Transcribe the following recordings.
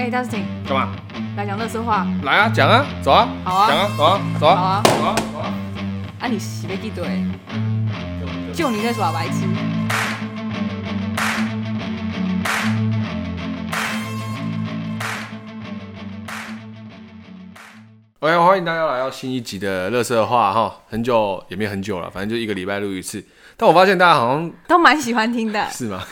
Dustin， 干嘛？ 来讲垃圾话。 来啊，讲啊，走啊， 好啊， 讲啊，走啊，走啊， 好啊， 走啊，走啊。 啊，你洗被记对，就你在耍白痴。 OK， 欢迎大家来到新一集的垃圾话哈，很久也没很久了，反正就一个礼拜录一次。但我发现大家好像都蛮喜欢听的， 是吗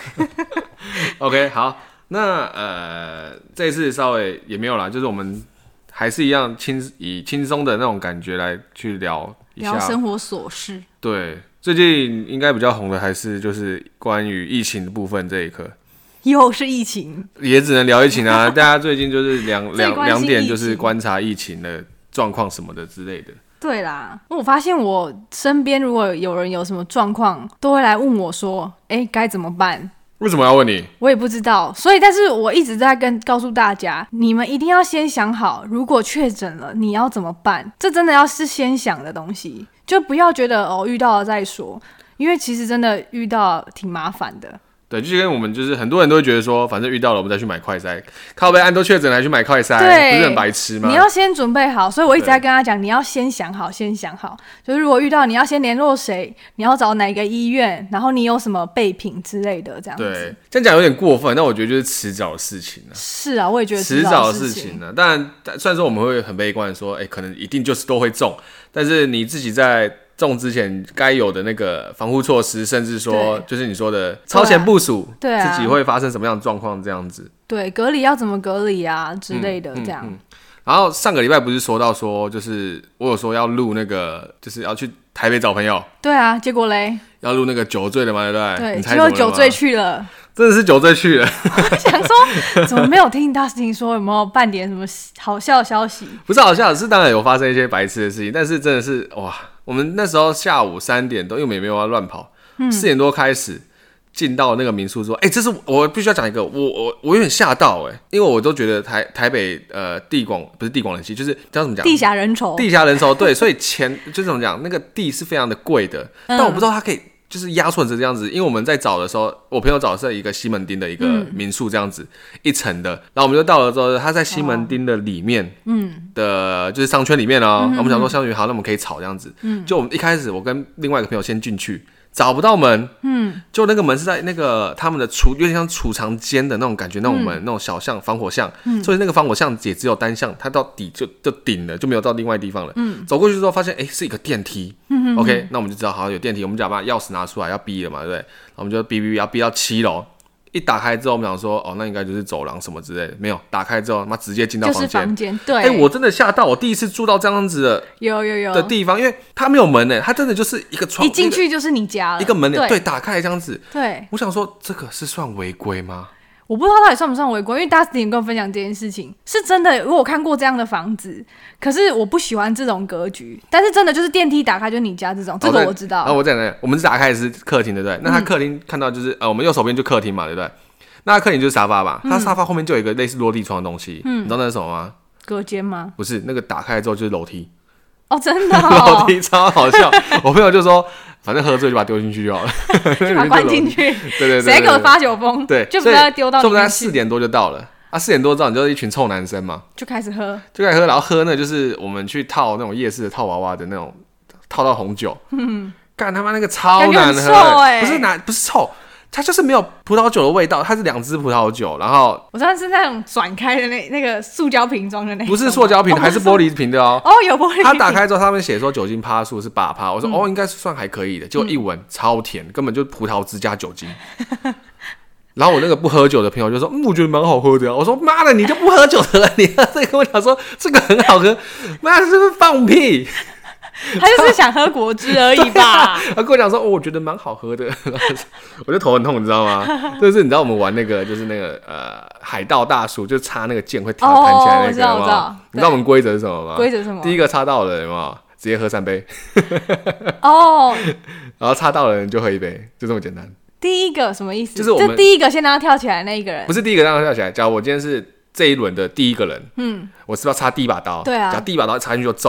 ？OK， 好，那这一次稍微也没有啦，就是我们还是一样以轻松的那种感觉来去聊一下聊生活琐事。 对，最近应该比较红的还是就是关于疫情的部分这一刻。 又是疫情， 也只能聊疫情啊！大家最近就是两点， 最关心疫情就是观察疫情的状况什么的之类的。 对啦，我发现我身边如果有人有什么状况，都会来问我说：“该怎么办？” 为什么要问你？ 我也不知道，所以但是我一直在告诉大家，你们一定要先想好，如果确诊了，你要怎么办？这真的要是先想的东西，就不要觉得遇到了再说，因为其实真的遇到挺麻烦的。 对，就跟我们就是很多人都会觉得说，反正遇到了我们再去买快筛，靠北安都确诊了还去买快筛， 对， 不是很白痴吗？ 你要先准备好，所以我一直在跟他讲，你要先想好，先想好，就是如果遇到你要先联络谁，你要找哪个医院，然后你有什么备品之类的，这样子。 对，这样讲有点过分，但我觉得就是迟早的事情啊。 是啊，我也觉得迟早的事事情啊。当然，虽然说我们会很悲观说，可能一定就是都会中，但是你自己在中之前该有的那个防护措施，甚至说就是你说的超前部署， 对啊， 自己会发生什么样的状况，这样子。 对，隔离要怎么隔离啊之类的，这样。 然后上个礼拜不是说到说，就是我有说要录那个，就是要去台北找朋友。 对啊，结果嘞， 要录那个酒醉的嘛，对不对？ 对，结果酒醉去了。 真的是酒醉去了。 我想说，怎么没有听 Dustin 说有没有半点什么好笑的消息？ 不是好笑，是当然有发生一些白痴的事情，但是真的是哇，我们那时候下午3点多，因为我们也没有要乱跑，4点多开始进到那个民宿说，这是我必须要讲一个，我有点吓到因为我都觉得台北地广不是地广人稀，就是叫怎么讲？ 地狭人稠。 地狭人稠，对，所以钱就是怎么讲，那个地是非常的贵的，但我不知道它可以。就是压缩成这样子，因为我们在找的时候，我朋友找的是一个西门町的一个民宿这样子，一层的，然后我们就到了之后，他在西门町的里面，的就是商圈里面哦，我们想说商圈好，那我们可以吵这样子，就我们一开始我跟另外一个朋友先进去，找不到门，就那个门是在那个他们的有点像储藏间的那种感觉，那种门，那种小巷防火巷，所以那个防火巷也只有单向，它到底就顶了，就没有到另外地方了。走过去之后发现，是一个电梯，OK， 那我们就知道好有电梯，我们就把钥匙拿出来要逼了嘛，对不对？然后我们就逼要逼到7楼。一打开之后，我们想说，那应该就是走廊什么之类的，没有。打开之后，妈直接进到房间。 就是房间，对。 我真的吓到，我第一次住到这样子的有的地方，因为它没有门它真的就是一个窗， 一进去就是你家了， 一个门对，打开这样子。 对， 我想说，这个是算违规吗？ 我不知道到底算不算违规，因为 Dustin 跟我分享这件事情是真的，我有看过这样的房子，可是我不喜欢这种格局。但是真的就是电梯打开就是你家这种，这个我知道。 我讲的，我们是打开是客厅，对不对？那他客厅看到就是我们右手边就客厅嘛，对不对？那客厅就是沙发吧，它沙发后面就有一个类似落地窗的东西，你知道那是什么吗？ 隔间吗？ 不是，那个打开之后就是楼梯。 真的楼梯超好笑。我朋友就说，反正喝醉就把它丢进去就好了， 就把它关进去。 对， 谁给我发酒疯？ 对， 就不要丢到里面去。 所以我们在4点多就到了，4点多之后你就是一群臭男生嘛， 就开始喝， 然后喝那就是我们去套那种夜市的套娃娃的那种，套到红酒，干他妈那个超难喝，不是臭。它就是没有葡萄酒的味道，它是2支葡萄酒，然后我知道是那种转开的那个塑胶瓶装的那种， 不是塑胶瓶，还是玻璃瓶的哦。 有玻璃瓶。 它打开之后，上面写说酒精趴数是8%，我说应该是算还可以的，结果一闻超甜，根本就是葡萄汁加酒精。然后我那个不喝酒的朋友就说，我觉得蛮好喝的。我说妈的，你就不喝酒的了，你这个跟我讲说这个很好喝，妈的是不是放屁？ 他就是想喝果汁而已吧。 他跟我讲说，我觉得蛮好喝的，我就头很痛，你知道吗？就是你知道我们玩那个，就是那个海盗大叔，就插那个剑会弹起来那个，我知道。你知道我们规则是什么吗？ 规则是什么？ 第一个插到的人有没有直接喝3杯？然后插到的人就喝1杯，就这么简单。 第一个什么意思？ 就是我们第一个先让他跳起来那一个人， 不是第一个让他跳起来。假如我今天是这一轮的第一个人，我是不是要插第一把刀？ 对啊。 假如第一把刀插进去就中。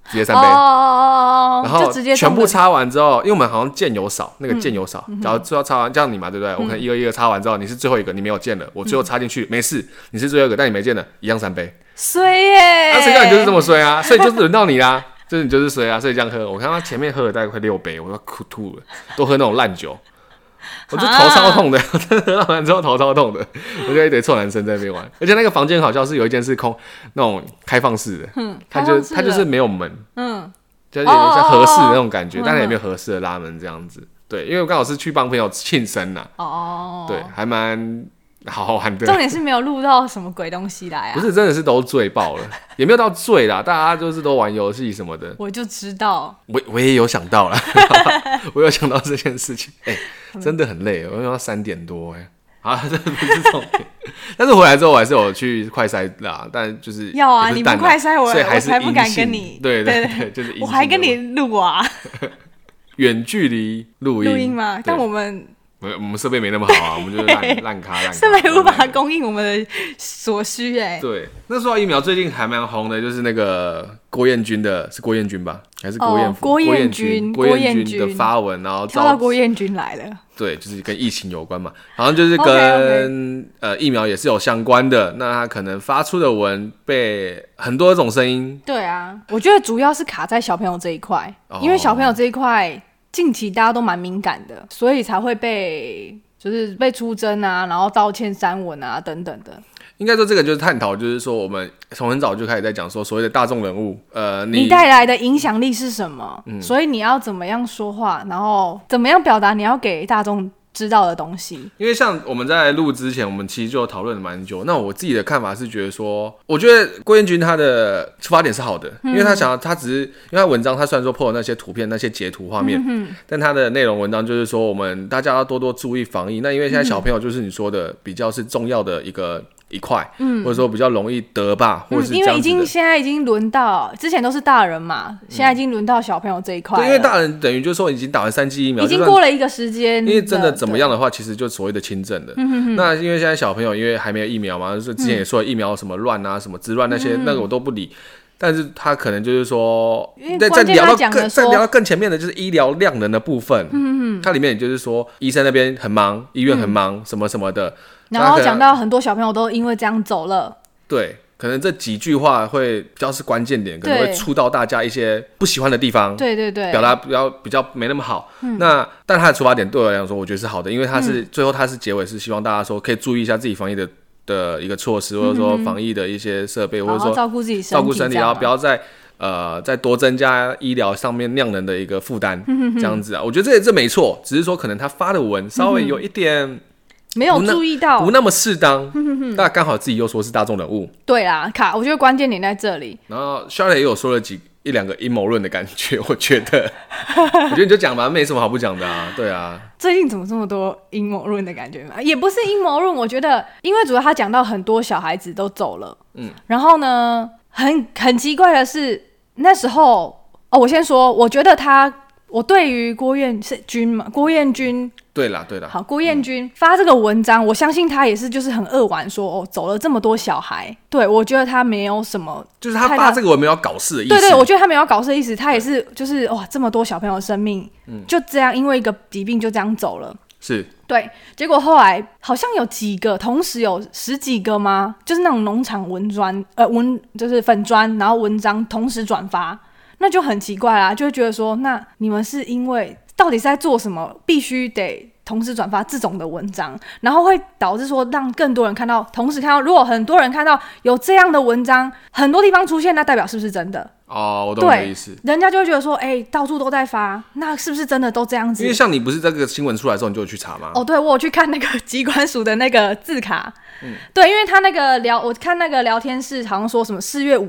直接3杯，然后就直接全部擦完之后，因为我们好像箭有少，那个箭有少，假如最后擦完，这样你嘛，对不对？我可能一个一个擦完之后，你是最后一个，你没有箭了，我最后插进去没事，你是最后一个，但你没箭了，一样3杯， 衰耶！ 谁叫你就是这么衰啊？所以就是轮到你啦，就是你就是衰啊，所以这样喝。我看他前面喝了大概快6杯，我要哭吐了，都喝那种烂酒。我就头超痛的，喝完之后头超痛的，我就一堆臭男生在那边玩，而且那个房间好像是有一间是空那种开放式的，它就是没有门，就有点像合适的那种感觉，但是也没有合适的拉门这样子。对，因为我刚好是去帮朋友庆生啦，对，还蛮好好玩的。 重点是没有录到什么鬼东西来啊？ 不是，真的是都醉爆了，也没有到醉啦，大家就是都玩游戏什么的。 我就知道， 我也有想到啦，我有想到这件事情，真的很累，我要3点多啊，这不是重点。但是回来之后我还是有去快筛啦，但就是要啊，你不快筛我才不敢跟你， 对，就是我还跟你录啊， 远距离录音吗？但我们设备没那么好啊，我们就是烂咖， 设备无法供应我们的所需对，那说到疫苗，最近还蛮红的，就是那个郭彦均的，是郭彦均吧？还是郭彦甫？ 郭彦均的发文，然后跳到郭彦均来了。 对，就是跟疫情有关嘛，好像就是跟疫苗也是有相关的。那他可能发出的文被很多种声音。 对啊，我觉得主要是卡在小朋友这一块，因为小朋友这一块近期大家都蛮敏感的，所以才会被出征啊，然后道歉删文啊等等的。 应该说这个就是探讨，就是说我们从很早就开始在讲说所谓的大众人物， 你带来的影响力是什么？所以你要怎么样说话，然后怎么样表达你要给大众知道的东西。因为像我们在录之前，我们其实就讨论了蛮久。那我自己的看法是觉得说，我觉得郭彦均他的出发点是好的，因为他只是因为他文章他虽然说 po 了那些图片、那些截图画面，但他的内容文章就是说我们大家要多多注意防疫。那因为现在小朋友就是你说的比较是重要的一块，或者说比较容易得吧，或者是这样子的。 因为现在已经轮到，之前都是大人嘛，现在已经轮到小朋友这一块了。 对，因为大人等于就是说已经打完3剂疫苗， 已经过了一个时间。 因为真的怎么样的话，其实就所谓的轻症的。那因为现在小朋友因为还没有疫苗嘛，就是之前也说疫苗什么乱啊、什么之乱那些，那个我都不理。但是他可能就是说，在聊到更前面的就是医疗量能的部分。它里面也就是说，医生那边很忙，医院很忙，什么什么的。 然后讲到很多小朋友都因为这样走了。 对，可能这几句话会比较是关键点，可能会触到大家一些不喜欢的地方。 对， 表达比较没那么好。但他的出发点对我来说，我觉得是好的，因为最后他是结尾是希望大家说可以注意一下自己防疫的一个措施，或者说防疫的一些设备，或者说照顾自己身体，然后不要再多增加医疗上面量能的一个负担，这样子啊，我觉得这没错，只是说可能他发的文稍微有一点没有注意到， 不那么适当，但刚好自己又说是大众人物， 对啦，我觉得关键点在这里。 然后 Charlotte 也有说了一两个阴谋论的感觉，我觉得你就讲吧，没什么好不讲的啊，对啊。 最近怎么这么多阴谋论的感觉嘛？也不是阴谋论，我觉得，因为主要他讲到很多小孩子都走了，然后呢，很奇怪的是，那时候我先说，我觉得我对于郭彦均。 对啦。 好，郭彦均发这个文章，我相信他也是就是很扼腕说走了这么多小孩。对，我觉得他没有什么， 就是他发这个文没有搞事的意思。 对，我觉得他没有搞事的意思，他也是就是哇，这么多小朋友的生命，就这样因为一个疾病就这样走了。 是， 对，结果后来好像有几个，同时有10几个吗？就是那种农场就是粉专，然后文章同时转发，那就很奇怪啦，就会觉得说，那你们是因为到底是在做什么，必须得同时转发这种的文章，然后会导致说让更多人看到，同时看到，如果很多人看到有这样的文章，很多地方出现，那代表是不是真的？ 我懂你的意思。 人家就会觉得说，到处都在发，那是不是真的都这样子？ 因为像你不是这个新闻出来之后，你就有去查吗？ 对，我有去看那个疾管署的那个字卡。对，因为他那个我看那个聊天室好像说什么4月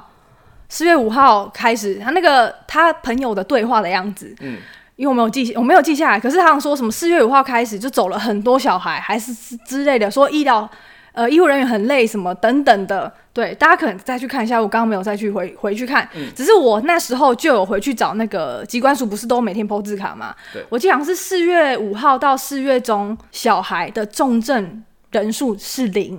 5号开始，他朋友的对话的样子。因为我没有记下来，可是他好像说什么4月5号开始就走了很多小孩，还是之类的，说医护人员很累什么等等的。对，大家可能再去看一下，我刚刚没有再去回去看，只是我那时候就有回去找那个疾管署，不是都每天 po 字卡吗？我记得好像是4月5号到4月中，小孩的重症人数是0。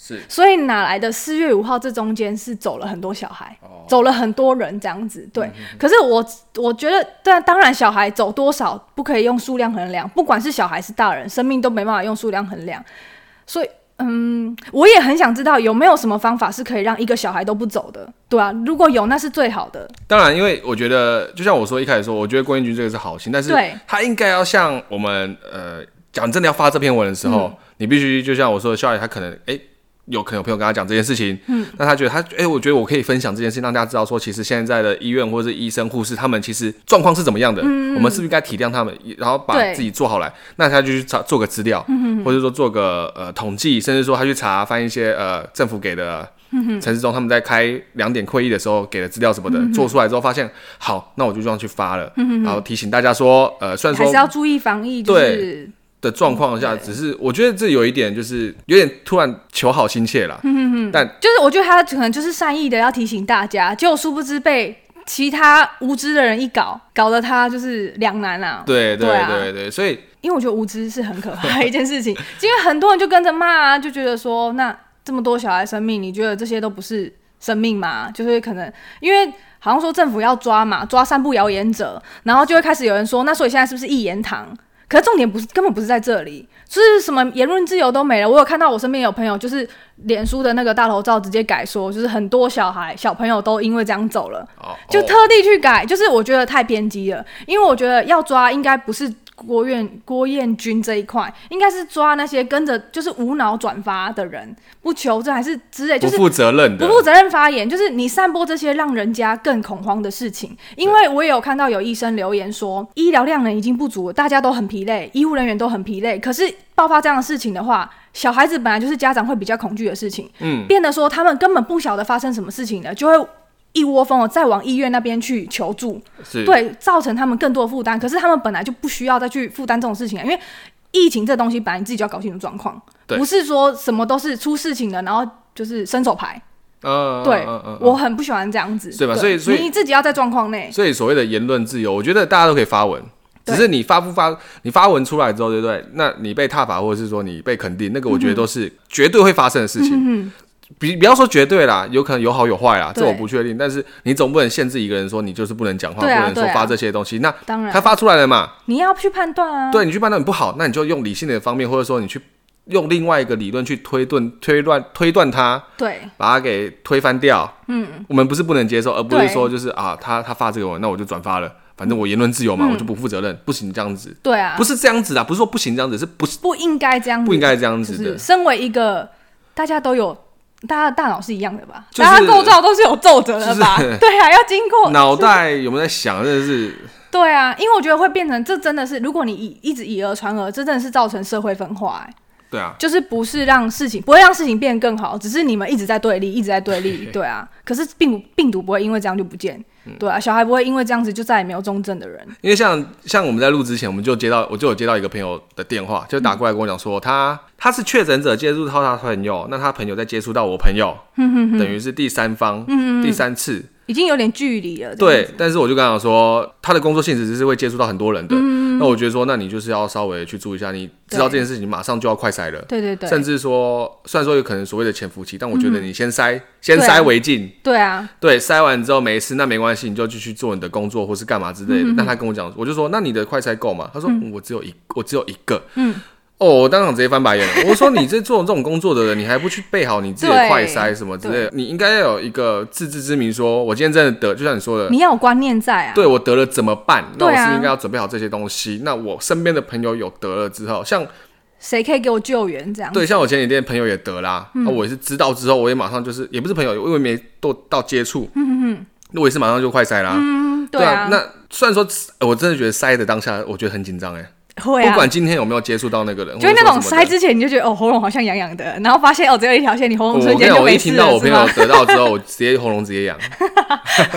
是， 所以哪来的4月5号这中间是走了很多小孩，走了很多人这样子，对。可是我觉得，当然小孩走多少不可以用数量衡量，不管是小孩是大人，生命都没办法用数量衡量。所以，我也很想知道有没有什么方法是可以让一个小孩都不走的，对啊，如果有，那是最好的。 当然，因为我觉得，就像我说一开始说，我觉得郭彦均这个是好心，但是他应该要像我们讲真的要发这篇文的时候，你必须就像我说的，小孩他可能有可能有朋友跟他讲这件事情，那他觉得我觉得我可以分享这件事情，让大家知道说，其实现在的医院或者是医生、护士，他们其实状况是怎么样的，我们是不是应该体谅他们，然后把自己做好来？那他就去做个资料，或者说做个统计，甚至说他去翻一些政府给的陈时中他们在开2点会议的时候给的资料什么的，做出来之后发现好，那我就这样去发了，然后提醒大家说，虽然说还是要注意防疫，就是的状况下，只是我觉得这有一点就是有点突然求好心切啦，但就是我觉得他可能就是善意的要提醒大家，结果殊不知被其他无知的人一搞得他就是两难啊。 对，所以因为我觉得无知是很可怕的一件事情，因为很多人就跟着骂啊，就觉得说那这么多小孩生命，你觉得这些都不是生命吗？就是可能因为好像说政府要抓嘛，抓散布谣言者，然后就会开始有人说，那所以现在是不是一言堂？可是重点根本不是在这里，就是什么言论自由都没了。我有看到我身边有朋友，就是脸书的那个大头照直接改说，就是很多小朋友都因为这样走了，就特地去改，就是我觉得太偏激了。因为我觉得要抓应该不是郭彦均这一块，应该是抓那些跟着就是无脑转发的人，不求证还是之类，就是不负责任发言，就是你散播这些让人家更恐慌的事情。因为我也有看到有医生留言说，医疗量能已经不足了，大家都很疲累，医护人员都很疲累，可是爆发这样的事情的话，小孩子本来就是家长会比较恐惧的事情，变得说他们根本不晓得发生什么事情了，就会一窝蜂的再往医院那边去求助，对，造成他们更多的负担。可是他们本来就不需要再去负担这种事情，因为疫情这东西本来你自己就要搞清楚状况，不是说什么都是出事情了，然后就是伸手牌。对，我很不喜欢这样子， 对吧？所以你自己要在状况内。 所以所谓的言论自由，我觉得大家都可以发文，只是你发文出来之后，对不对？那你被挞伐或者是说你被肯定，那个我觉得都是绝对会发生的事情。不要说绝对啦，有可能有好有坏啦，这我不确定。但是你总不能限制一个人说你就是不能讲话，不能说发这些东西。那他发出来了嘛， 你要去判断啊。 对，你去判断你不好，那你就用理性的方面，或者说你去用另外一个理论去推断它， 对， 把它给推翻掉。我们不是不能接受，而不是说就是他发这个文，那我就转发了。反正我言论自由嘛，我就不负责任，不行这样子。 对啊， 不是这样子啊，不是说不行这样子，是不应该这样子， 不应该这样子的。 就是身为一个大家都有。大家的大脑是一样的吧？大家构造都是有皱褶的吧？对啊，要经过脑袋有没有在想？真的是对啊，因为我觉得会变成这真的是，如果你一直以讹传讹，这真的是造成社会分化。 对啊， 就是不会让事情变更好，只是你们一直在对立，对啊。可是病毒不会因为这样就不见，对啊，小孩不会因为这样子就再也没有重症的人。 因为像我们在录之前，我就有接到一个朋友的电话，就打过来跟我讲说，他是确诊者接触到他朋友，那他朋友再接触到我朋友，等于是第三方，第三次。 已经有点距离了。 对，但是我就跟他讲说，他的工作性质是会接触到很多人的。那我觉得说，那你就是要稍微去注意一下，你知道这件事情马上就要快筛了。 对。 甚至说，虽然说有可能所谓的潜伏期，但我觉得你先筛为敬。对啊。对，筛完之后没事，那没关系，你就继续做你的工作或是干嘛之类的。那他跟我讲，我就说，那你的快筛够吗？他说，我只有一个。我当场直接翻白眼了。我说你这做这种工作的人，你还不去备好你自己的快筛什么之类的，你应该要有一个自知之明，说我今天真的得，就像你说的， 你要有观念在啊。 对，我得了怎么办？那我是应该要准备好这些东西。那我身边的朋友有得了之后，像谁可以给我救援这样？ 对，像我前几天朋友也得啦，我也是知道之后，我也马上就是也不是朋友，因为没到接触，那我也是马上就快筛啦。对啊。那虽然说我真的觉得筛的当下，我觉得很紧张会啊， 不管今天有没有接触到那个人， 就是那种筛之前你就觉得喉咙好像痒痒的，然后发现只有一条线，你喉咙瞬间就没事了。 我一听到我朋友得到之后，我直接喉咙直接痒，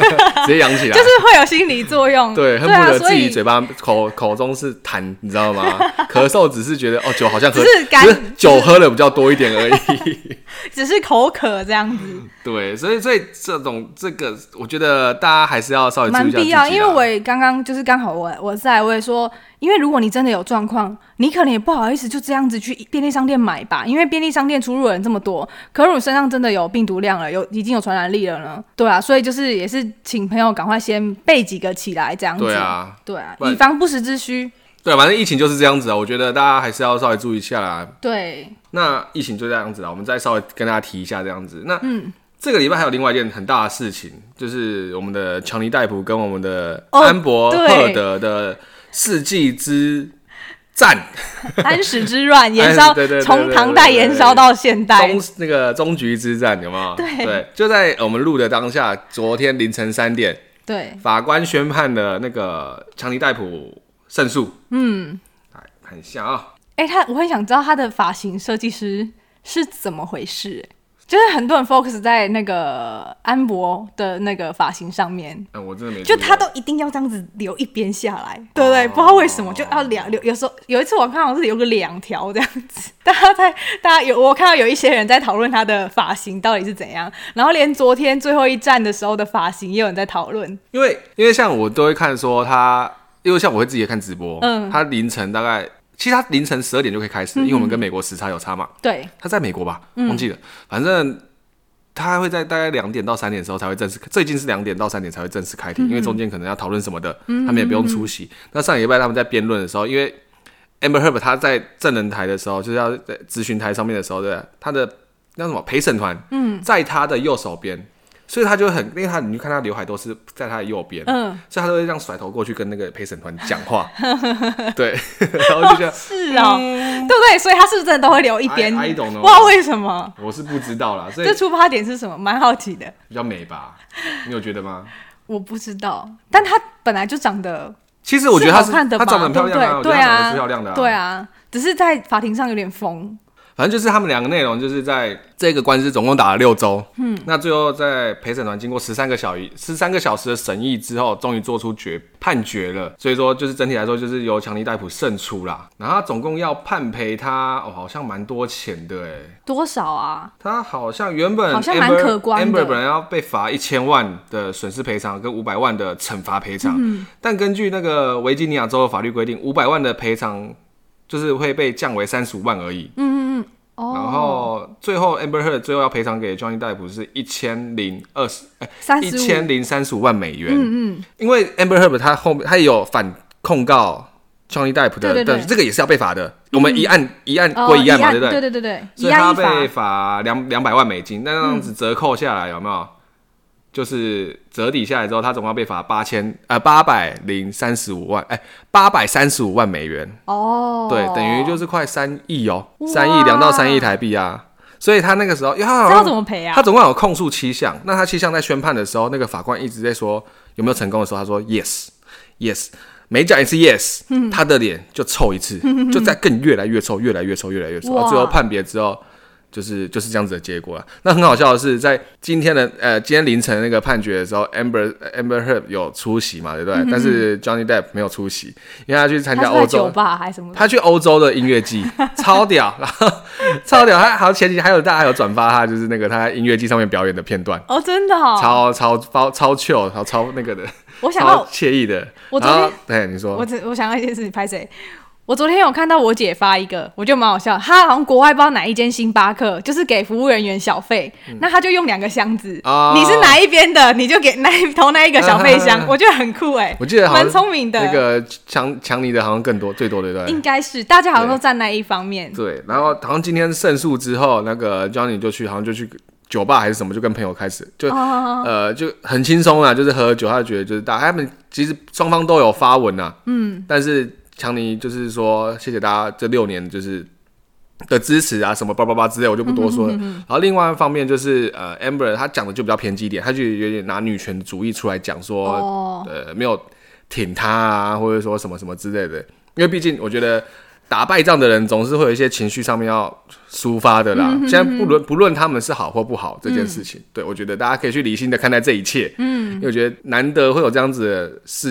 直接扬起来， 就是会有心理作用。 对，恨不得自己嘴巴口中是痰，你知道吗？咳嗽只是觉得酒好像喝，只是酒喝的比较多一点而已， 只是口渴这样子。 对，所以这个，我觉得大家还是要稍微注意一下自己啦。蛮必要， 因为我也刚好我也说，因为如果你真的有状况，你可能也不好意思就这样子去便利商店买吧，因为便利商店出入的人这么多，可是你身上真的有病毒量了，已经有传染力了呢，对啊，所以就是也是请朋友赶快先备几个起来这样子，对啊，以防不时之需。 对，反正疫情就是这样子啊，我觉得大家还是要稍微注意一下啦。 对， 那疫情就这样子啦，我们再稍微跟大家提一下这样子。那这个礼拜还有另外一件很大的事情，就是我们的强尼戴普跟我们的安博赫德的世纪之战， 安史之乱延烧，从唐代延烧到现代， 那个终局之战有没有？对，就在我们录的当下，昨天凌晨3点，对，法官宣判的那个强尼戴普胜诉。来看一下啊， 我很想知道他的发型设计师是怎么回事。就是很多人 focus 在那个安博的那个发型上面， 我真的没， 就他都一定要这样子留一边下来，对不对？不知道为什么就要留，有时候有一次我看好像是留个2条这样子，大家我看到有一些人在讨论他的发型到底是怎样，然后连昨天最后一站的时候的发型也有人在讨论， 因为像我都会看说他，因为像我会自己看直播，他凌晨大概。其实他凌晨12点就可以开始，因为我们跟美国时差有差嘛。对，他在美国吧，忘记了。反正他会在大概2点到3点的时候才会正式，最近是2点到3点才会正式开庭，因为中间可能要讨论什么的，他们也不用出席。那上礼拜他们在辩论的时候，因为 Amber Heard 他在证人台的时候，就是要在咨询台上面的时候，对，他的那什么陪审团，在他的右手边。所以他就很，因为你看他刘海都是在他的右边，所以他都会这样甩头过去跟那个陪审团讲话，对，然后就这样， 是哦，对不对？所以他是不是真的都会留一边？不知道为什么， 我是不知道啦。所以这出发点是什么？蛮好奇的。 比较美吧？你有觉得吗？ 我不知道，但他本来就长得， 其实我觉得他长得很漂亮啊， 对啊， 长得是漂亮的， 对啊，只是在法庭上有点疯。 反正就是他们2个内容，就是在这个官司总共打了6周，那最后在陪审团经过13个小时的审议之后，终于做出判决了。所以说，就是整体来说，就是由强尼戴普胜出啦。然后他总共要判赔他，好像蛮多钱的多少啊？ 他好像原本好像蛮可观的。 Amber 本来要被罚1000万的损失赔偿跟500万的惩罚赔偿，但根据那个维吉尼亚州的法律规定，500万的赔偿就是会被降为35万而已。然后最后 Amber Heard 最后要赔偿给 Johnny Depp 是1035万美元。因为 Amber Heard 他也有反控告 Johnny Depp 的，对，这个也是要被罚的。我们一案归一案嘛，对不对？ 对， 所以他被罚200万美金，那这样子折扣下来有没有？就是折抵下来之后，他总共要被罚835万美元。对，等于就是快3亿哦，3亿2到3亿台币啊。所以他那个时候，因为他好像怎么赔啊？ 他总共有控诉7项，那他7项在宣判的时候，那个法官一直在说有没有成功的时候，他说 yes， 每讲一次 yes，他的脸就臭一次，就在更越来越臭，到最后判别之后。就是这样子的结果啊。那很好笑的是，在今天凌晨那个判决的时候 ，Amber Heard 有出席嘛，对不对？但是 Johnny Depp 没有出席，因为他去参加欧洲酒吧还是什么？ 他去欧洲的音乐季，超屌，然后超屌。他好像前几天大家还有转发他，就是那个他在音乐季上面表演的片段。 真的哦， 超 chill， 超那个的， 我想要惬意的。 我昨天， 对你说， 我想要一件事情，拍谁？我昨天有看到我姐发一个，我觉得蛮好笑。她好像国外不知道哪一间星巴克，就是给服务人员小费，那她就用2个箱子，你是哪一边的，你就给投那一个小费箱，我觉得很酷我记得蛮聪明的。 那个强尼的好像最多对不对？ 应该是大家好像都站那一方面。 对，然后好像今天胜诉之后，那个 Johnny 就去酒吧还是什么，就跟朋友开始就很轻松啦，就是喝酒，他就觉得就是他们其实双方都有发文啦，但是。强尼就是说，谢谢大家这6年就是的支持啊，什么叭叭叭之类，我就不多说了。然后另外一方面就是Amber 他讲的就比较偏激一点，他就有点拿女权主义出来讲说，没有挺他啊，或者说什么什么之类的。因为毕竟我觉得打败仗的人总是会有一些情绪上面要抒发的啦。现在不论他们是好或不好这件事情，对，我觉得大家可以去理性的看待这一切。因为我觉得难得会有这样子的世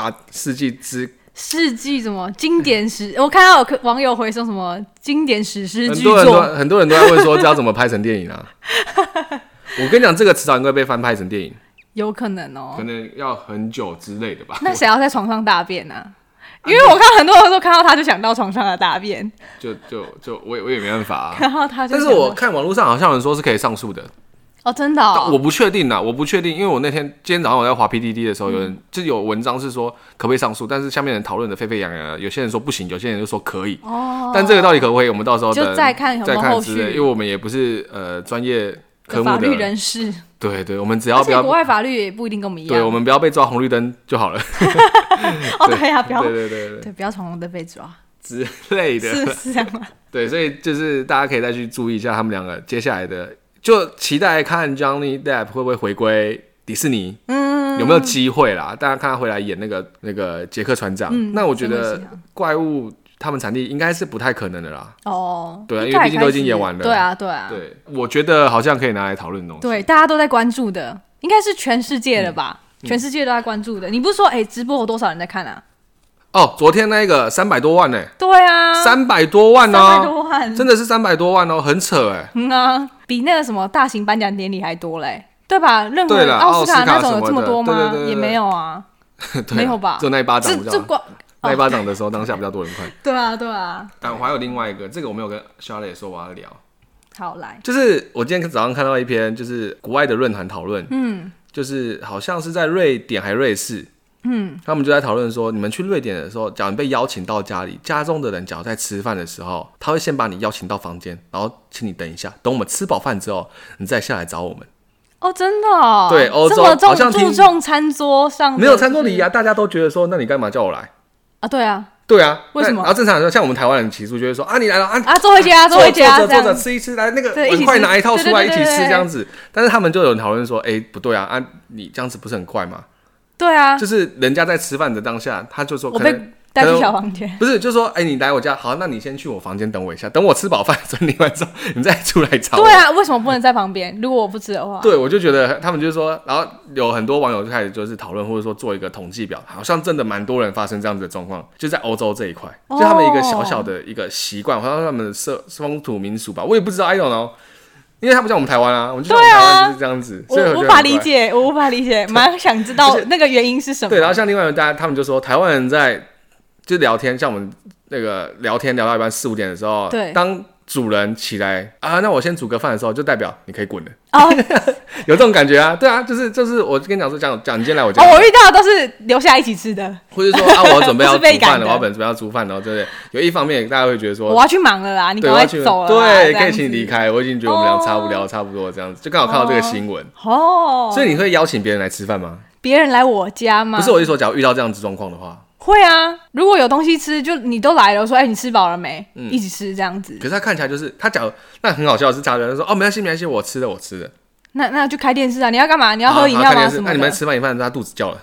纪什么经典史， 我看到有网友回说什么经典史诗巨作， 很多人都在问说这要怎么拍成电影啊？我跟你讲，这个迟早应该被翻拍成电影， 有可能哦， 可能要很久之类的吧。 那谁要在床上大便啊？因为我看很多人都看到他就想到床上的大便， 就我也没办法啊。 看到他就， 但是我看网络上好像有人说是可以上诉的。 哦，真的哦？ 我不确定啦，因为我今天早上我在滑 PTT 的时候，有人就有文章是说可不可以上诉，但是下面人讨论的沸沸扬扬，有些人说不行，有些人就说可以。哦，但这个到底可不可以，我们到时候就再看有没有后续， 因为我们也不是专业科目的法律人士。 对，我们只要不要， 国外法律也不一定跟我们一样。 对，我们不要被抓红绿灯就好了。 哦，对啊，不要， 对， 不要闯红灯被抓之类的， 是这样吗？ 对，所以就是大家可以再去注意一下他们两个接下来的，就期待看 Johnny Depp 会不会回归迪士尼，有没有机会啦？大家看他回来演那个杰克船长，那我觉得怪物他们产地应该是不太可能的啦。哦，对啊，因为毕竟都已经演完了。 对啊， 对，我觉得好像可以拿来讨论的东西。 对，大家都在关注的，应该是全世界了吧？全世界都在关注的。你不是说直播有多少人在看啊？ 哦，昨天那个300多万呢。 对啊 ，300多万哦，300 多万， 真的是300多万哦，很扯哎。 比那个什么大型颁奖典礼还多嘞，对吧？任何奥斯卡那种有这么多吗？也没有啊，没有吧？ 就那一巴掌，那一巴掌的时候，当下比较多人看。 对啊。 但我还有另外一个，这个我没有跟Charlotte说我要聊。 好，来， 就是我今天早上看到一篇，就是国外的论坛讨论，就是好像是在瑞典还瑞士，他们就在讨论说，你们去瑞典的时候，假如你被邀请到家里，家中的人假如在吃饭的时候，他会先把你邀请到房间，然后请你等一下，等我们吃饱饭之后，你再下来找我们。 哦，真的哦？ 对，欧洲好像注重餐桌上的， 没有餐桌礼仪啊，大家都觉得说，那你干嘛叫我来啊？对啊， 为什么？然后正常人像我们台湾人起诉就会说啊，你来了坐回家，坐着吃一吃，来那个碗筷拿一套出来一起吃这样子。但是他们就有人讨论说，不对啊，你这样子不是很怪吗？ 对啊， 就是人家在吃饭的当下，他就说我被带去小房间， 不是，就说你来我家，好，那你先去我房间等我一下，等我吃饱饭整理完之后，你再出来找我。 对啊，为什么不能在旁边？如果我不吃的话， 对，我就觉得他们就是说，然后有很多网友就开始就是讨论，或者说做一个统计表，好像真的蛮多人发生这样子的状况，就在欧洲这一块，就他们一个小小的一个习惯，好像他们的风土民俗吧，我也不知道 ，I don't know。因为他不像我们台湾啊，我们就像台湾就是这样子，所以我无法理解，蛮想知道那个原因是什么。 对，然后像另外他们就说，台湾人在就聊天，像我们那个聊天聊到一半4、5点的时候， 对， 当主人起来啊，那我先煮个饭的时候，就代表你可以滚了。有这种感觉啊？对啊，就是我跟你讲说，讲你今天来我家， 我遇到的都是留下一起吃的， 或者说我准备要煮饭了，我准备要煮饭，然后对不对？有一方面大家会觉得说， 我要去忙了啦，你赶快走了， 对，可以请你离开。我已经觉得我们俩差不多这样子，就刚好看到这个新闻哦。所以你会邀请别人来吃饭吗？ 别人来我家吗？ 不是，我是说，假如遇到这样子状况的话。 会啊，如果有东西吃，就你都来了，我说你吃饱了没？一起吃这样子。 可是他看起来就是他讲，那很好笑的是，他说没关系，我吃的。 那就开电视啊！你要干嘛？你要喝饮料吗？什么的？ 那你们吃饭一半，他肚子叫了，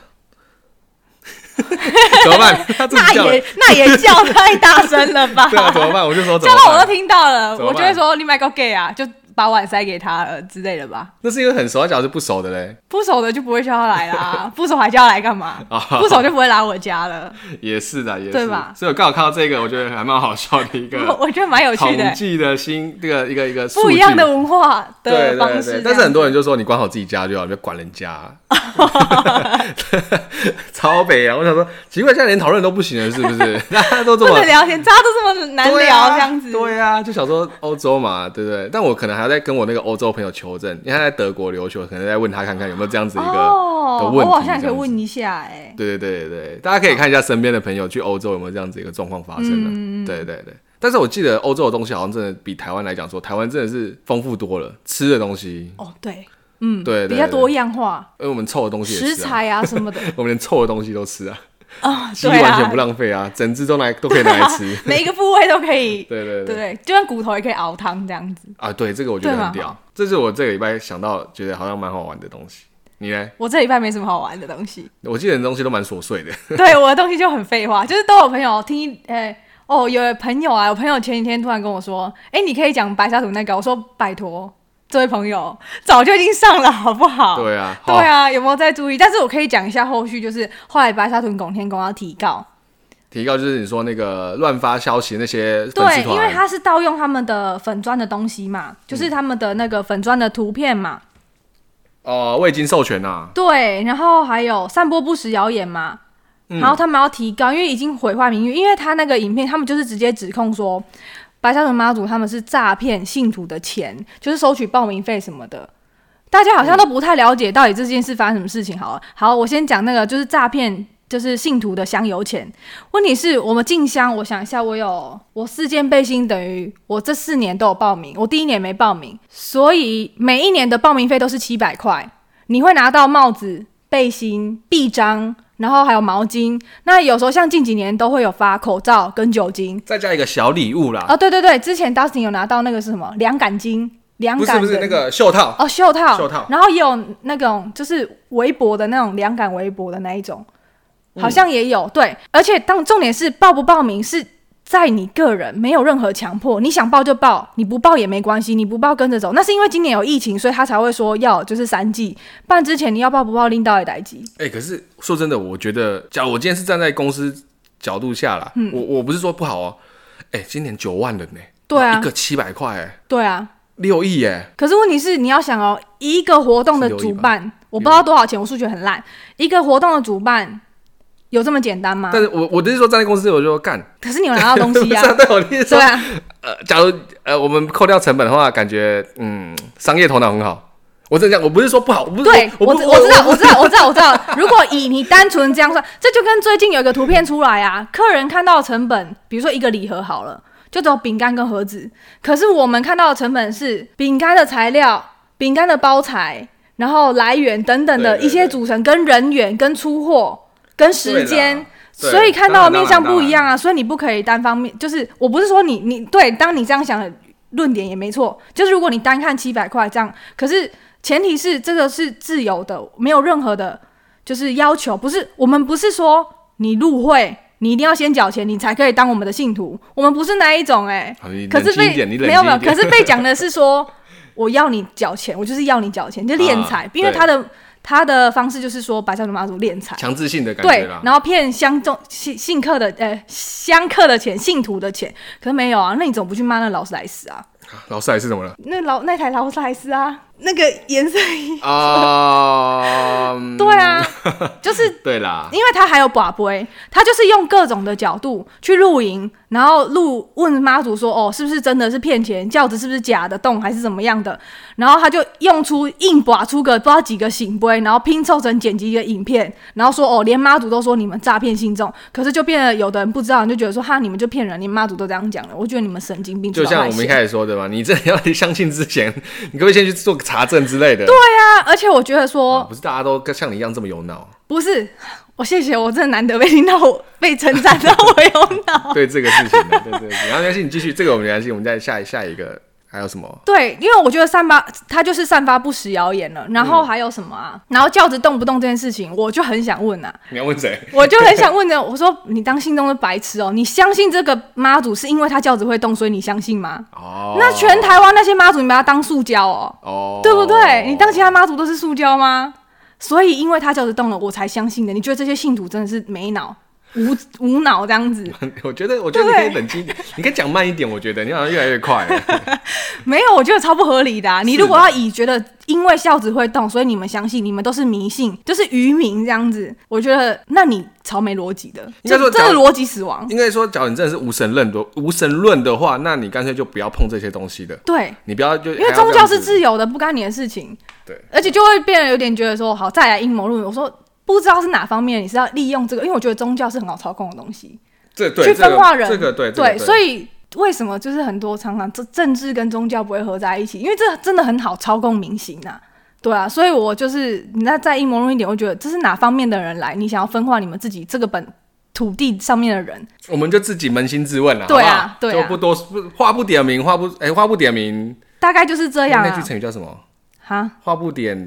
怎么办？他肚子叫了， 那也叫太大声了吧？ 对啊，怎么办？我就说叫到我都听到了，我就会说你买个 gay 啊，就把碗塞给他了之类的吧。 那是因为很熟，他假如是不熟的嘞， 不熟的就不会叫他来啦，不熟还叫他来干嘛？不熟就不会来我家了。 也是的，也是对吧？ 所以我刚好看到这个，我觉得还蛮好笑的一个， 我觉得蛮有趣的统计的这个一个不一样的文化的方式。 对，但是很多人就说你管好自己家就好，你别管人家。超北啊！我想说，奇怪，现在连讨论都不行了，是不是？大家都这么不能聊天，大家都这么难聊，这样子。 对啊，就想说欧洲嘛，对不对？但我可能还要再跟我那个欧洲朋友求证，因为他在德国留学，可能再问他看看有没有这样子一个的问题。 我好像可以问一下， 对，大家可以看一下身边的朋友去欧洲有没有这样子一个状况发生的。对。但是我记得欧洲的东西好像真的比台湾来讲说，台湾真的是丰富多了，吃的东西。 哦，对。 对， 比较多样化， 因为我们臭的东西也吃食材啊什么的， 我们连臭的东西都吃啊，鸡完全不浪费啊，整只都可以拿来吃， 每一个部位都可以， 对， 就像骨头也可以熬汤这样子啊，对，这个我觉得很屌，这是我这个礼拜想到觉得好像蛮好玩的东西。你呢？ 我这礼拜没什么好玩的东西， 我记得你的东西都蛮琐碎的， 对，我的东西就很废话，就是都有朋友听， 哦，有朋友啊，有朋友前几天突然跟我说，你可以讲白沙屯那个，我说拜托。这位朋友早就已经上了，好不好？ 对啊， 对啊，有没有在注意？但是我可以讲一下后续，就是后来白沙屯拱天宫要提告， 就是你说那个乱发消息那些粉丝对， 团， 因为他是盗用他们的粉专的东西嘛，就是他们的那个粉专的图片嘛， 未经授权啊， 对，然后还有散播不实谣言嘛，然后他们要提告，因为已经毁坏名誉，因为他那个影片，他们就是直接指控说。白沙屯妈祖他们是诈骗信徒的钱，就是收取报名费什么的。大家好像都不太了解到底这件事发生什么事情。好了，好，我先讲那个就是诈骗，就是信徒的香油钱。问题是我们进香，我想一下，我4件背心等于我这4年都有报名，我第1年没报名，所以每一年的报名费都是700块。你会拿到帽子、背心、臂章。然后还有毛巾，那有时候像近几年都会有发口罩跟酒精， 再加一个小礼物啦。 哦，对对对，之前 Dustin 有拿到那个是什么凉感巾，凉感不是那个袖套哦，袖套，然后也有那种就是围脖的那种凉感围脖的那一种，好像也有、对，而且重点是报不报名是。在你个人没有任何强迫，你想报就报，你不报也没关系，你不报跟着走。那是因为今年有疫情，所以他才会说要就是3剂，不然之前你要报不报拎到也来及。 可是说真的，我觉得，假如我今天是站在公司角度下啦，我不是说不好哦，今年9万人呢， 对啊， 一个700块， 对啊 ，6亿耶。 可是问题是你要想哦，一个活动的主办，我不知道多少钱，我数学很烂，一个活动的主办。有这么简单吗？ 但是我的意思说，站在公司我就干。 可是你有拿到东西啊？ 对，我的意思说， 对啊。 假如我们扣掉成本的话，感觉商业头脑很好。我真的讲，我不是说不好，我不是对，我知道。如果以你单纯这样算，这就跟最近有一个图片出来啊，客人看到的成本，比如说一个礼盒好了，就只有饼干跟盒子，可是我们看到的成本是饼干的材料、饼干的包材，然后来源等等的一些组成，跟人员、跟出货。跟时间，所以看到的面向不一样啊，所以你不可以单方面，就是我不是说你对，当你这样想的论点也没错，就是如果你单看700块这样，可是前提是这个是自由的，没有任何的，就是要求，不是我们不是说你入会，你一定要先缴钱，你才可以当我们的信徒，我们不是那一种可是没有，可是被讲的是说我要你缴钱，我就是要你缴钱，就敛财，因为他的方式就是说白沙屯妈祖敛财， 强制性的感觉啦， 对，然后骗信客的香客的钱，信徒的钱，可是没有啊，那你怎么不去骂那劳斯莱斯啊？ 劳斯莱斯怎么了？ 那台劳斯莱斯啊，那个颜色对啊，就是对啦， 因为他还有拔杯，他就是用各种的角度去露营，然后问妈祖说，是不是真的是骗钱，轿子是不是假的动还是怎么样的，然后他就硬拔出个不知道几个醒杯，然后拼凑成剪辑一个影片，然后说连妈祖都说你们诈骗信众，可是就变得有的人不知道，你就觉得说哈你们就骗人，连妈祖都这样讲了，我觉得你们神经病， 就像我们一开始说的嘛，你真的要相信之前，你可不可以先去做个查证之类的？ 对啊，而且我觉得说， 不是大家都像你一样这么有脑。 不是，谢谢，我真的难得被听到被称赞到我有脑。 对这个事情的，对，然后没关系，你继续，这个我们没关系，我们再下一个还有什么？ 对，因为我觉得他就是散发不实谣言了，然后还有什么啊？然后轿子动不动这件事情，我就很想问啊。 你要问谁？ 我就很想问的，我说你当信众的白痴哦，你相信这个妈祖是因为他轿子会动，所以你相信吗？那全台湾那些妈祖，你把它当塑胶对不对？你当其他妈祖都是塑胶吗？所以因为他轿子动了，我才相信的。你觉得这些信徒真的是没脑？无脑这样子， 我觉得你可以冷静一点，你可以讲慢一点。我觉得你好像越来越快了。 没有，我觉得超不合理的你如果要觉得因为轿子会动，所以你们相信，你们都是迷信，就是愚民这样子，我觉得那你超没逻辑的，应该说真的逻辑死亡。应该说，假如你真的是无神论的话，那你干脆就不要碰这些东西的。 对， 你不要因为宗教是自由的，不干你的事情。 对， 而且就会变得有点觉得说，好，再来阴谋论。我说。不知道是哪方面，你是要利用这个，因为我觉得宗教是很好操控的东西，去分化人。对，所以为什么就是很多常常政治跟宗教不会合在一起？因为这真的很好操控民心啊，对啊。所以我就是你再阴谋论一点，我觉得这是哪方面的人来，你想要分化你们自己这个本土地上面的人， 我们就自己扪心自问了， 对啊，对啊， 就不多话不点名，话不点名， 大概就是这样。 那句成语叫什么？ 哈， 话不点。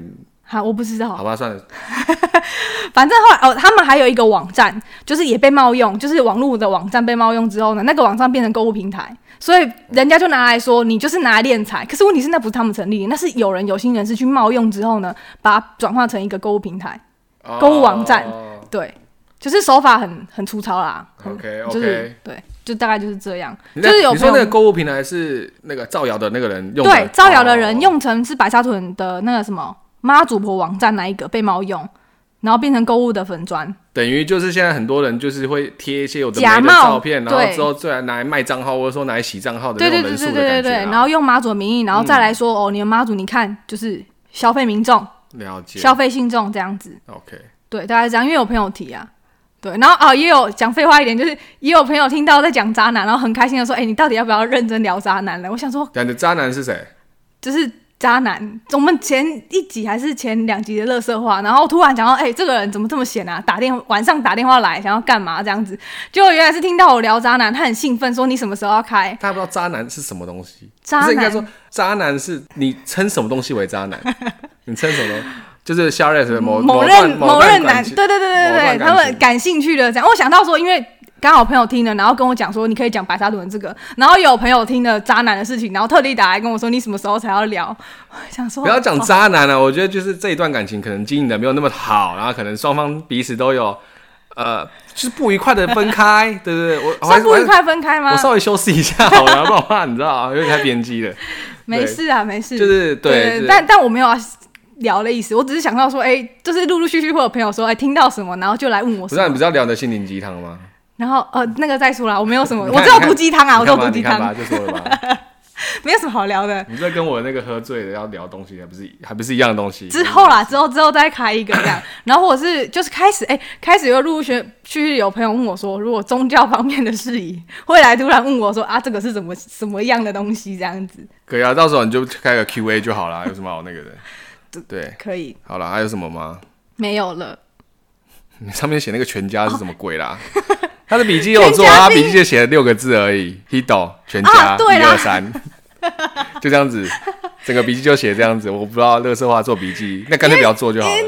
哈，我不知道。 好吧，算了。 反正后来他们还有一个网站，就是也被冒用，就是网络的网站被冒用之后呢，那个网站变成购物平台，所以人家就拿来说你就是拿来敛财。可是问题是那不是他们成立的，那是有心人士去冒用之后呢，把它转化成一个购物平台、购物网站。对，就是手法很粗糙啦。 OK， 就是对，就大概就是这样。就是有你说那个购物平台是那个造谣的那个人用的？ 对，造谣的人用成是白沙屯的那个什么妈祖婆网站那一个被冒用。然后变成购物的粉专， 等于就是现在很多人就是会贴一些有的没的照片，然后之后再拿来卖账号，或者说拿来洗账号的那种人数的感觉、 对，然后用妈祖的名义，然后再来说、你们妈祖你看就是消费民众， 了解， 消费信众这样子。 OK， 对，大概是这样，因为有朋友提啊，对，然后也有讲废话一点，就是也有朋友听到在讲渣男，然后很开心的说，你到底要不要认真聊渣男了？我想说， 讲的渣男是谁？ 就是渣男，我们前一集还是前2集的垃圾话，然后突然讲到，这个人怎么这么闲啊？晚上打电话来，想要干嘛这样子？结果原来是听到我聊渣男，他很兴奋，说你什么时候要开？ 他不知道渣男是什么东西， 渣男应该说渣男是你称什么东西为渣男？你称什么东西？就是夏瑞的某任男，对，他们感兴趣的这样。我想到说，因为刚好朋友听了，然后跟我讲说你可以讲白沙屯这个，然后有朋友听了渣男的事情，然后特地打来跟我说你什么时候才要聊？我想说不要讲渣男了、我觉得就是这一段感情可能经营的没有那么好，然后可能双方彼此都有就是不愉快的分开，对不对？我算不愉快分开吗？ 我稍微修饰一下好了，不然怕你知道有点太边激了。 没事啊，没事， 就是对， 但我没有要聊的意思，我只是想到说，就是陆陆续续会有朋友说，听到什么，然后就来问我什么。 不是你不是要聊的心灵鸡汤吗？ 然后那个再说啦，我没有什么，我只有毒鸡汤啊，我只有毒鸡汤。 你看吧，就说了吧， 没有什么好聊的。 你这跟我那个喝醉的要聊的东西还不是一样的东西。 之后再开一个这样，然后或者是就是开始又陆陆续续有朋友问我说，如果宗教方面的事宜，会来突然问我说这个是什么样的东西这样子。 可以啊，到时候你就开个 Q&A 就好了，有什么好那个的？对， 可以。 好了，还有什么吗？ 没有了。 你上面写那个全家是什么鬼啦？他的笔记有做，他笔记就写了6个字而已 ，Hido 全家1、2、3，就这样子，整个笔记就写这样子。我不知道垃圾话做笔记，那干脆不要做就好了。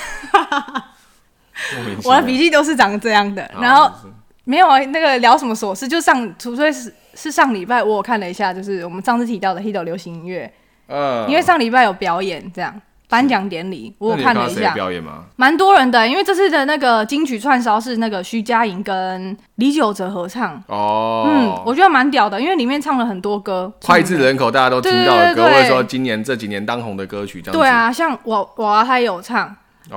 我的笔记都是长这样的，然后没有那个聊什么琐事，就除非是上礼拜我有看了一下，就是我们上次提到的 Hido 流行音乐，因为上礼拜有表演这样。颁奖典礼，我有看了一下， 表演吗？ 蛮多人的，因为这次的那个金曲串烧是那个徐佳莹跟李玖哲合唱。我觉得蛮屌的，因为里面唱了很多歌， 脍炙人口，大家都听到的歌，或者说这几年当红的歌曲，这样子。 对啊，像我他有唱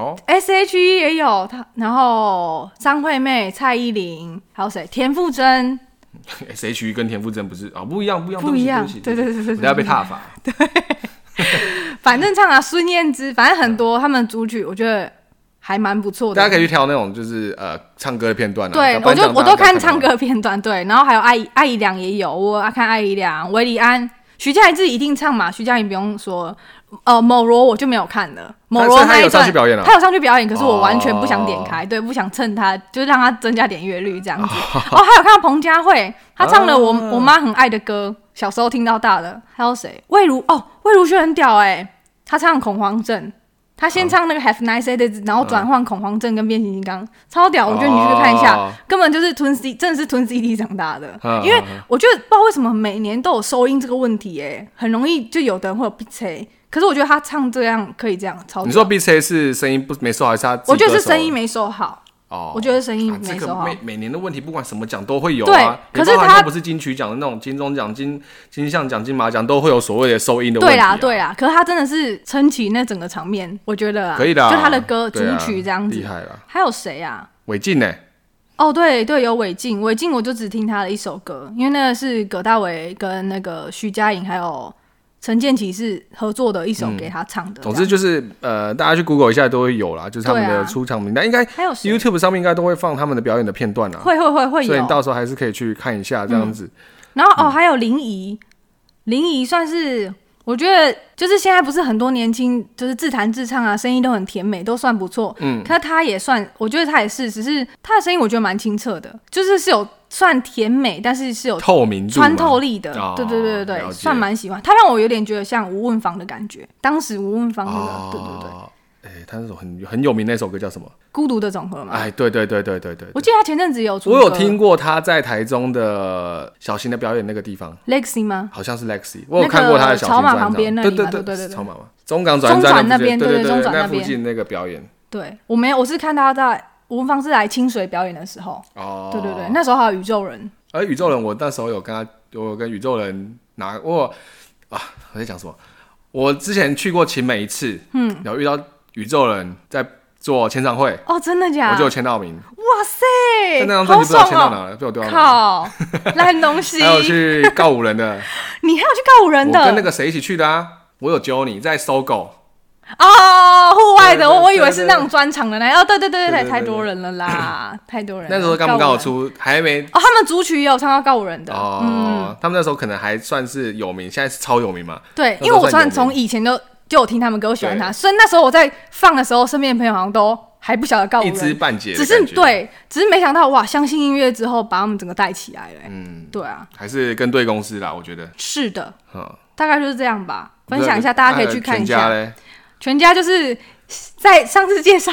，S.H.E 也有他，然后张惠妹、蔡依林，还有谁？田馥甄。 S.H.E 跟田馥甄不是不一样， 对， 人家被踏伐。 对。反正唱孙燕姿，反正很多他们主曲，我觉得还蛮不错的。 大家可以去挑那种就是唱歌的片段啊。 对，我都看唱歌的片段，对。然后还有艾怡良也有，我看艾怡良、韦礼安、徐佳莹自己一定唱嘛，徐佳莹不用说。某罗我就没有看了，某罗那一段他有上去表演，可是我完全不想点开，对，不想蹭他，就是让他增加点阅率这样子。还有看到彭佳慧，她唱了我妈很爱的歌，小时候听到大的。还有谁？魏如萱很屌她唱恐慌症，她先唱那个 Have Nice Day， 然后转换恐慌症跟变形金刚，超屌！我觉得你去看一下，根本就是真的是吞 CD 长大的。因为我觉得不知道为什么每年都有收音这个问题，很容易就有的人会有闭嘴。可是我觉得他唱这样可以这样超屌。 你说 BC 是声音没收好，还是他自己我觉得是声音没收好。我觉得声音没收好。 每年的问题，不管什么奖都会有啊。 对，可是他不是金曲奖的那种金钟奖、金像奖、金马奖都会有所谓的收音的问题。 对啦。可是他真的是撑起那整个场面，我觉得可以的。 就他的歌主曲这样子， 厉害了。 还有谁啊？ 韦静呢？ 对，有韦静，我就只听他的一首歌，因为那个是葛大为跟那个徐佳莹还有陈建骐是合作的一首给他唱的。 总之就是大家去 Google 一下都会有啦，就是他们的出场名单，应该 YouTube 上面应该都会放他们的表演的片段啦。会有，所以你到时候还是可以去看一下这样子。 然后还有林怡算是我觉得就是现在不是很多年轻就是自弹自唱啊，声音都很甜美，都算不错。可是他也算，我觉得他也是，只是他的声音我觉得蛮清澈的，就是有算甜美，但是是有透明度、 穿透力的。对，算蛮喜欢。他让我有点觉得像吴汶芳的感觉，当时吴汶芳那个，对。 他那首很有名那首歌叫什么？ 孤独的总和嘛。 哎，对， 我记得他前阵子有出歌。 我有听过他在台中的小型的表演那个地方 Lexi 吗？ 好像是 Lexi， 我有看过他的小型专场。 草马旁边那里嘛， 对，草马嘛，中港转站那边， 对， 中转那附近那个表演。 对，我是看他在吴文芳是来清水表演的时候。哦，对，那时候还有宇宙人。 而宇宙人，我那时候有跟宇宙人我在讲什么？我之前去过秦美一次，有遇到宇宙人在做签唱会。哦， 真的假的？ 我就有签到名。 哇塞！ 但那张专辑不知道签到哪了，被我丢到哪。 靠，烂东西！ 还有去告五人的。 你还有去告五人的？ 我跟那个谁一起去的啊？我有揪你在搜狗。 户外的，我以为是那种专场的那。对，太多人了啦，太多人了。 那时候刚好出，还没。 他们组曲也有唱到告五人的。 他们那时候可能还算是有名，现在是超有名嘛。 对，因为我从以前就有听他们歌，我喜欢他，所以那时候我在放的时候，身边的朋友好像都还不晓得告五人， 一知半解， 只是没想到哇，相信音乐之后把他们整个带起来了。对啊， 还是跟对公司啦，我觉得是的，大概就是这样吧。分享一下，大家可以去看一下。全家就是在上次介绍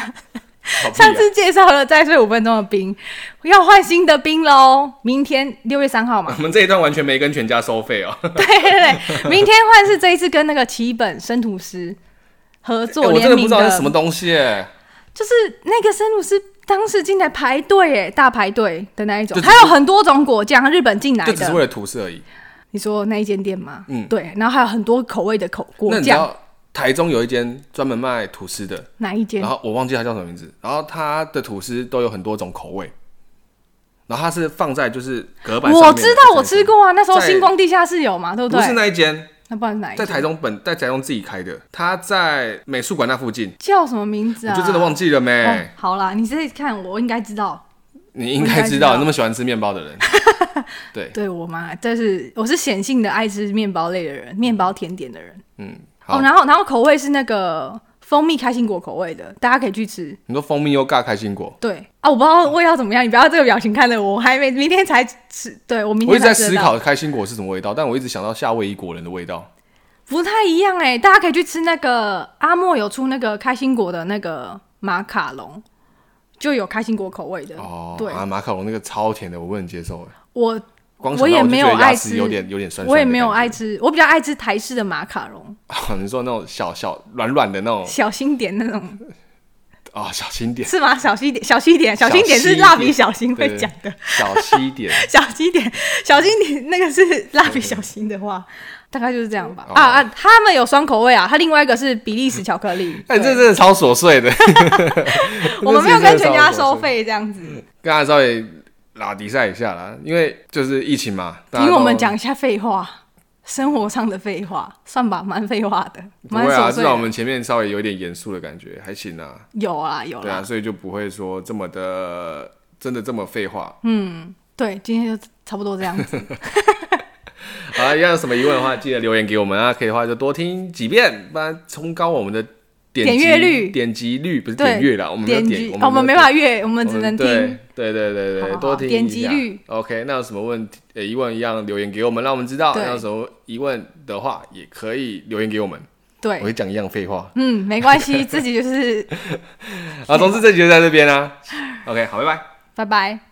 了再睡5分钟的冰，要换新的冰喽。明天6月3号嘛。 我们这一段完全没跟全家收费哦。 对，明天换是这一次跟那个奇本生吐司合作联名的。 我真的不知道是什么东西耶。 就是那个生吐司当时进来排队大排队的那一种，还有很多种果酱，日本进来的， 就只是为了吐司而已。 你说那一间店吗？对，然后还有很多口味的果酱。 台中有一间专门卖吐司的， 哪一间？ 然后我忘记它叫什么名字。然后它的吐司都有很多种口味，然后它是放在就是隔板上面。我知道，我吃过啊，那时候星光地下室有嘛，对不对？ 不是那一间， 那不然是哪一间？ 在台中自己开的，它在美术馆那附近。 叫什么名字啊？ 我就真的忘记了没。 好啦，你自己看，我应该知道。 你应该知道，那么喜欢吃面包的人。对， 我嘛，我是显性的爱吃面包类的人，面包甜点的人。然后口味是那个蜂蜜开心果口味的，大家可以去吃。 你说蜂蜜又尬开心果？ 对啊，我不知道味道怎么样，你不要这个表情看着我，还没明天才吃。对，我明天才我一直在思考开心果是什么味道，但我一直想到夏威夷果仁的味道， 不太一样大家可以去吃那个阿莫有出那个开心果的那个马卡龙，就有开心果口味的。对马卡龙那个超甜的，我不能接受我也没有爱吃， 有点酸。 我也没有爱吃，我比较爱吃台式的马卡龙。 你说那种小软软的那种小心点那种小心点是吗？小心点是蜡笔小新会讲的。 小心点那个是蜡笔小新的话，大概就是这样吧。他们有双口味啊，他另外一个是比利时巧克力。 这真的超琐碎的。 我们没有跟全家收费这样子， 跟他稍微拉迪赛一下啦，因为就是疫情嘛。 听我们讲一下废话，生活上的废话，算吧，蛮废话的，蛮琐碎的。 至少我们前面稍微有点严肃的感觉，还行啊。 有啦。对啊，所以就不会说这么的真的这么废话。 对，今天就差不多这样子。 好了，要有什么疑问的话，记得留言给我们啊。可以的话就多听几遍，不然冲高我们的点阅率、 点击率不是点阅啦，我们没有点， 我们没办法阅，我们只能听。 对，多听一下。 点击率 OK， 那有什么疑问一样留言给我们，让我们知道。那有什么疑问的话，也可以留言给我们。 对， 我会讲一样废话。 没关系，自己就是。 总之这集就在这边啦。OK， 好，拜拜。 拜拜。